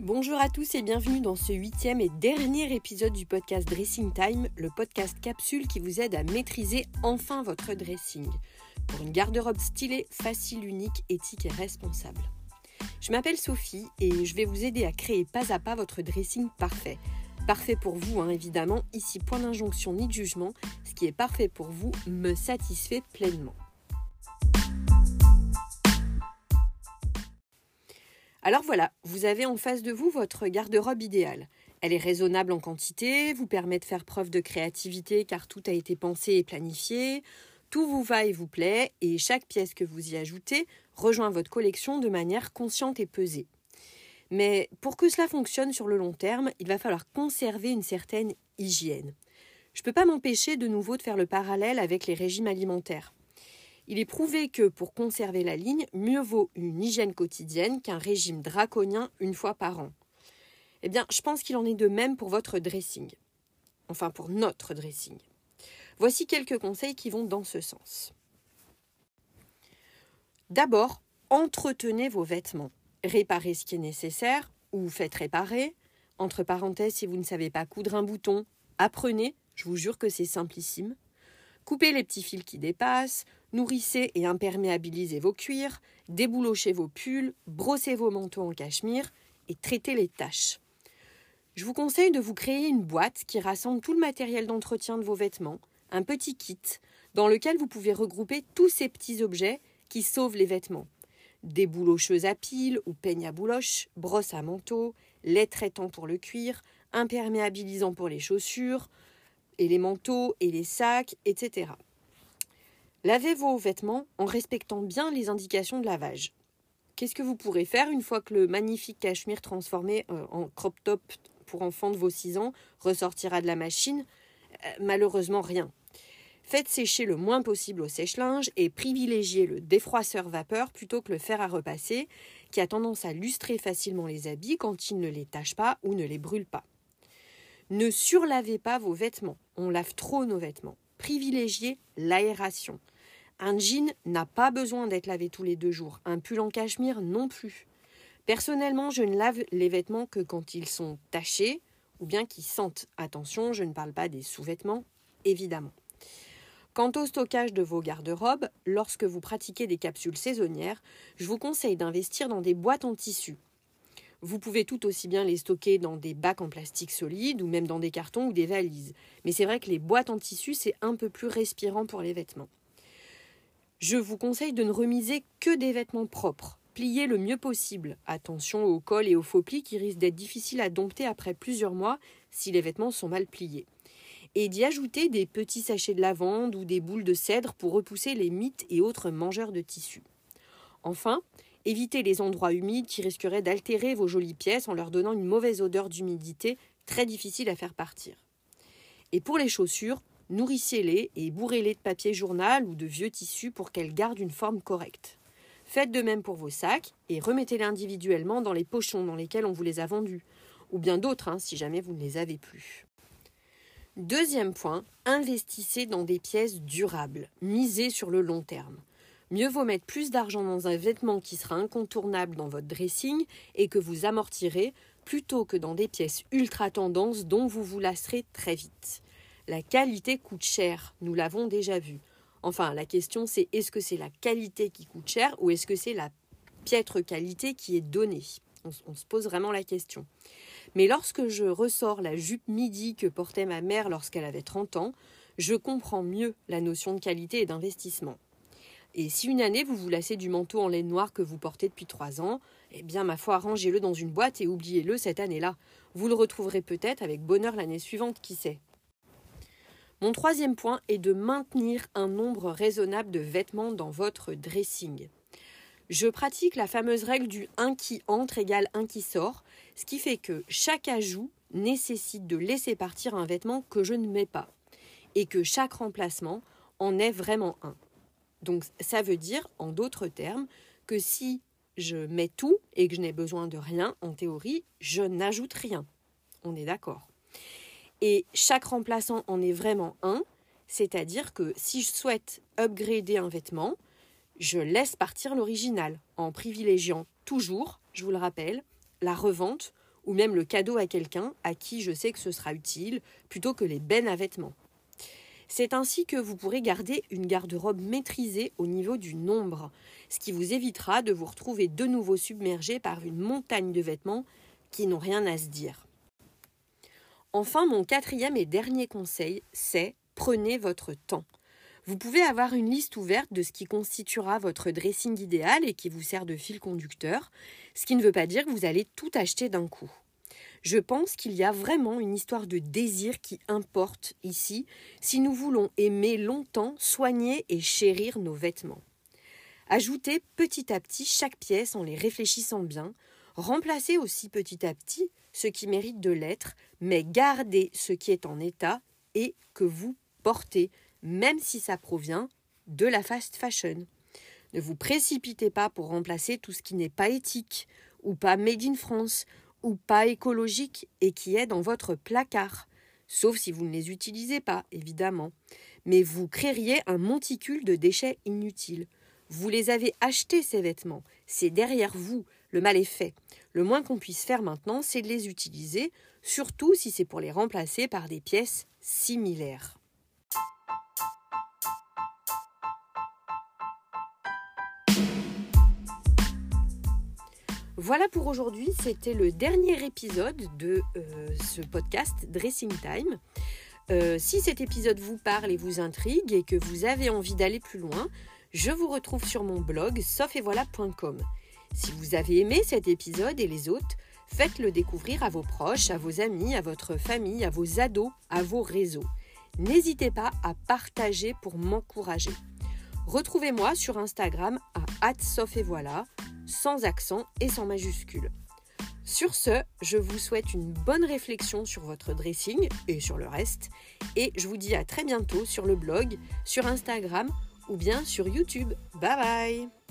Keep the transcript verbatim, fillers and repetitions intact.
Bonjour à tous et bienvenue dans ce huitième et dernier épisode du podcast Dressing Time, le podcast capsule qui vous aide à maîtriser enfin votre dressing pour une garde-robe stylée, facile, unique, éthique et responsable. Je m'appelle Sophie et je vais vous aider à créer pas à pas votre dressing parfait. Parfait pour vous, hein, évidemment, ici point d'injonction ni de jugement, ce qui est parfait pour vous me satisfait pleinement. Alors voilà, vous avez en face de vous votre garde-robe idéale. Elle est raisonnable en quantité, vous permet de faire preuve de créativité car tout a été pensé et planifié, tout vous va et vous plaît et chaque pièce que vous y ajoutez rejoint votre collection de manière consciente et pesée. Mais pour que cela fonctionne sur le long terme, il va falloir conserver une certaine hygiène. Je ne peux pas m'empêcher de nouveau de faire le parallèle avec les régimes alimentaires. Il est prouvé que pour conserver la ligne, mieux vaut une hygiène quotidienne qu'un régime draconien une fois par an. Eh bien, je pense qu'il en est de même pour votre dressing. Enfin, pour notre dressing. Voici quelques conseils qui vont dans ce sens. D'abord, entretenez vos vêtements. Réparez ce qui est nécessaire ou faites réparer. Entre parenthèses, si vous ne savez pas coudre un bouton, apprenez, je vous jure que c'est simplissime. Coupez les petits fils qui dépassent, nourrissez et imperméabilisez vos cuirs, déboulochez vos pulls, brossez vos manteaux en cachemire et traitez les taches. Je vous conseille de vous créer une boîte qui rassemble tout le matériel d'entretien de vos vêtements, un petit kit dans lequel vous pouvez regrouper tous ces petits objets qui sauvent les vêtements. Déboulocheuse à piles ou peigne à bouloche, brosse à manteau, lait traitant pour le cuir, imperméabilisant pour les chaussures, et les manteaux et les sacs, et cetera. Lavez vos vêtements en respectant bien les indications de lavage. Qu'est-ce que vous pourrez faire une fois que le magnifique cachemire transformé en crop top pour enfants de vos six ans ressortira de la machine ? euh, Malheureusement rien. Faites sécher le moins possible au sèche-linge et privilégiez le défroisseur vapeur plutôt que le fer à repasser qui a tendance à lustrer facilement les habits quand il ne les tache pas ou ne les brûle pas. Ne surlavez pas vos vêtements. On lave trop nos vêtements. Privilégiez l'aération. Un jean n'a pas besoin d'être lavé tous les deux jours. Un pull en cachemire non plus. Personnellement, je ne lave les vêtements que quand ils sont tachés ou bien qu'ils sentent. Attention, je ne parle pas des sous-vêtements, évidemment. Quant au stockage de vos garde-robes, lorsque vous pratiquez des capsules saisonnières, je vous conseille d'investir dans des boîtes en tissu. Vous pouvez tout aussi bien les stocker dans des bacs en plastique solide ou même dans des cartons ou des valises. Mais c'est vrai que les boîtes en tissu, c'est un peu plus respirant pour les vêtements. Je vous conseille de ne remiser que des vêtements propres. Pliez le mieux possible. Attention au col et aux faux plis qui risquent d'être difficiles à dompter après plusieurs mois si les vêtements sont mal pliés. Et d'y ajouter des petits sachets de lavande ou des boules de cèdre pour repousser les mites et autres mangeurs de tissu. Enfin, évitez les endroits humides qui risqueraient d'altérer vos jolies pièces en leur donnant une mauvaise odeur d'humidité très difficile à faire partir. Et pour les chaussures, nourrissez-les et bourrez-les de papier journal ou de vieux tissus pour qu'elles gardent une forme correcte. Faites de même pour vos sacs et remettez-les individuellement dans les pochons dans lesquels on vous les a vendus, ou bien d'autres hein, si jamais vous ne les avez plus. Deuxième point, investissez dans des pièces durables, misez sur le long terme. Mieux vaut mettre plus d'argent dans un vêtement qui sera incontournable dans votre dressing et que vous amortirez plutôt que dans des pièces ultra tendance dont vous vous lasserez très vite. La qualité coûte cher, nous l'avons déjà vu. Enfin, la question c'est est-ce que c'est la qualité qui coûte cher ou est-ce que c'est la piètre qualité qui est donnée ? on, on se pose vraiment la question. Mais lorsque je ressors la jupe midi que portait ma mère lorsqu'elle avait trente ans, je comprends mieux la notion de qualité et d'investissement. Et si une année, vous vous lassez du manteau en laine noire que vous portez depuis trois ans, eh bien, ma foi, rangez-le dans une boîte et oubliez-le cette année-là. Vous le retrouverez peut-être avec bonheur l'année suivante, qui sait. Mon troisième point est de maintenir un nombre raisonnable de vêtements dans votre dressing. Je pratique la fameuse règle du un qui entre égale un qui sort, ce qui fait que chaque ajout nécessite de laisser partir un vêtement que je ne mets pas et que chaque remplacement en est vraiment un. Donc ça veut dire, en d'autres termes, que si je mets tout et que je n'ai besoin de rien, en théorie, je n'ajoute rien. On est d'accord. Et chaque remplaçant en est vraiment un, c'est-à-dire que si je souhaite upgrader un vêtement, je laisse partir l'original en privilégiant toujours, je vous le rappelle, la revente ou même le cadeau à quelqu'un à qui je sais que ce sera utile, plutôt que les bennes à vêtements. C'est ainsi que vous pourrez garder une garde-robe maîtrisée au niveau du nombre, ce qui vous évitera de vous retrouver de nouveau submergé par une montagne de vêtements qui n'ont rien à se dire. Enfin, mon quatrième et dernier conseil, c'est prenez votre temps. Vous pouvez avoir une liste ouverte de ce qui constituera votre dressing idéal et qui vous sert de fil conducteur, ce qui ne veut pas dire que vous allez tout acheter d'un coup. Je pense qu'il y a vraiment une histoire de désir qui importe ici si nous voulons aimer longtemps, soigner et chérir nos vêtements. Ajoutez petit à petit chaque pièce en les réfléchissant bien, remplacez aussi petit à petit ce qui mérite de l'être, mais gardez ce qui est en état et que vous portez, même si ça provient de la fast fashion. Ne vous précipitez pas pour remplacer tout ce qui n'est pas éthique, ou pas made in France, ou pas écologique et qui est dans votre placard, sauf si vous ne les utilisez pas, évidemment. Mais vous créeriez un monticule de déchets inutiles. Vous les avez achetés, ces vêtements. C'est derrière vous. Le mal est fait. Le moins qu'on puisse faire maintenant, c'est de les utiliser, surtout si c'est pour les remplacer par des pièces similaires. Voilà pour aujourd'hui, c'était le dernier épisode de euh, ce podcast Dressing Time. Euh, si cet épisode vous parle et vous intrigue et que vous avez envie d'aller plus loin, je vous retrouve sur mon blog sauf et voilà point com. Si vous avez aimé cet épisode et les autres, faites-le découvrir à vos proches, à vos amis, à votre famille, à vos ados, à vos réseaux. N'hésitez pas à partager pour m'encourager. Retrouvez-moi sur Instagram à arobase sauf et voilà, sans accent et sans majuscule. Sur ce, je vous souhaite une bonne réflexion sur votre dressing et sur le reste, et je vous dis à très bientôt sur le blog, sur Instagram ou bien sur YouTube. Bye bye!